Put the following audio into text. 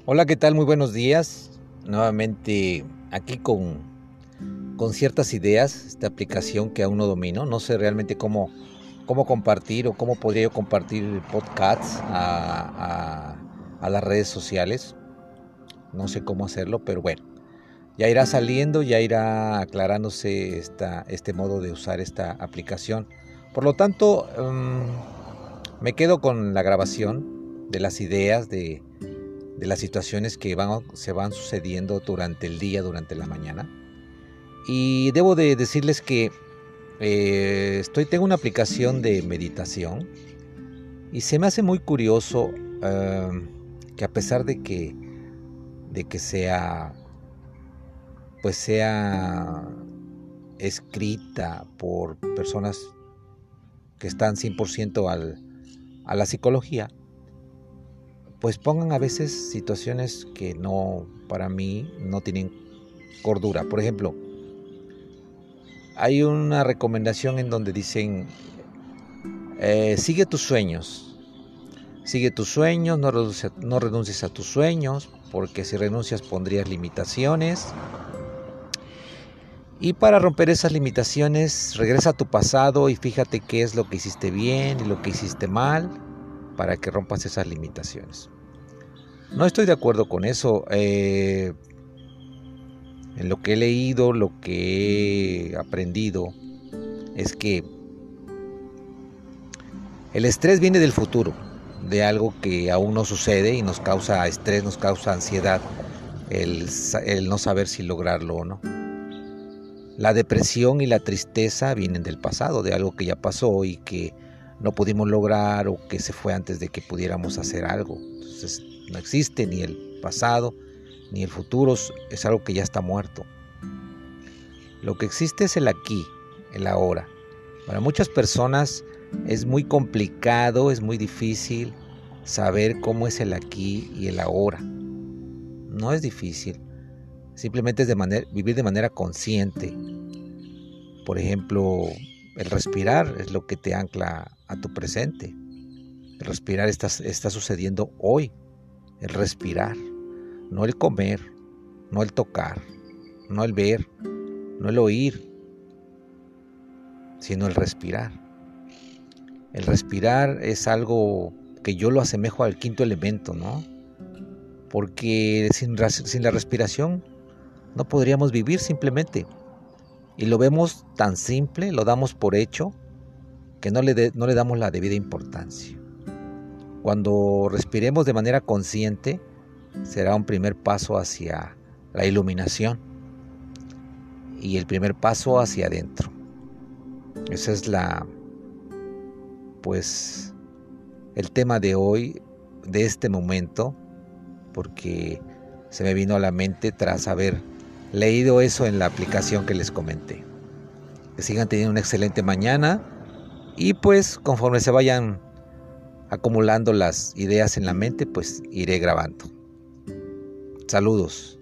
Hola, ¿qué tal? Muy buenos días. Nuevamente aquí con ciertas ideas, esta aplicación que aún no domino. No sé realmente cómo compartir o cómo podría yo compartir podcasts a las redes sociales. No sé cómo hacerlo, pero bueno, ya irá saliendo, ya irá aclarándose este modo de usar esta aplicación. Por lo tanto, me quedo con la grabación de las ideas, de las situaciones que se van sucediendo durante el día, durante la mañana. Y debo de decirles que tengo una aplicación de meditación y se me hace muy curioso que a pesar de que sea escrita por personas que están 100% a la psicología, pues pongan a veces situaciones que para mí no tienen cordura. Por ejemplo, hay una recomendación en donde dicen, sigue tus sueños, no renuncies a tus sueños, porque si renuncias pondrías limitaciones. Y para romper esas limitaciones, regresa a tu pasado y fíjate qué es lo que hiciste bien y lo que hiciste mal para que rompas esas limitaciones. No estoy de acuerdo con eso. En lo que he leído, lo que he aprendido, es que el estrés viene del futuro, de algo que aún no sucede y nos causa estrés, nos causa ansiedad, el no saber si lograrlo o no. La depresión y la tristeza vienen del pasado, de algo que ya pasó y que no pudimos lograr o que se fue antes de que pudiéramos hacer algo. Entonces, no existe ni el pasado ni el futuro, es algo que ya está muerto. Lo que existe es el aquí, el ahora. Para muchas personas es muy complicado, es muy difícil saber cómo es el aquí y el ahora. No es difícil, simplemente es vivir de manera consciente. Por ejemplo, el respirar es lo que te ancla a tu presente. El respirar está sucediendo hoy. El respirar, no el comer, no el tocar, no el ver, no el oír, sino el respirar. El respirar es algo que yo lo asemejo al quinto elemento, ¿no? Porque sin la respiración no podríamos vivir simplemente. Y lo vemos tan simple, lo damos por hecho, que no le damos la debida importancia. Cuando respiremos de manera consciente, será un primer paso hacia la iluminación y el primer paso hacia adentro. Esa es el tema de hoy, de este momento, porque se me vino a la mente tras haber leído eso en la aplicación que les comenté. Que sigan teniendo una excelente mañana y pues conforme se vayan acumulando las ideas en la mente, pues iré grabando. Saludos.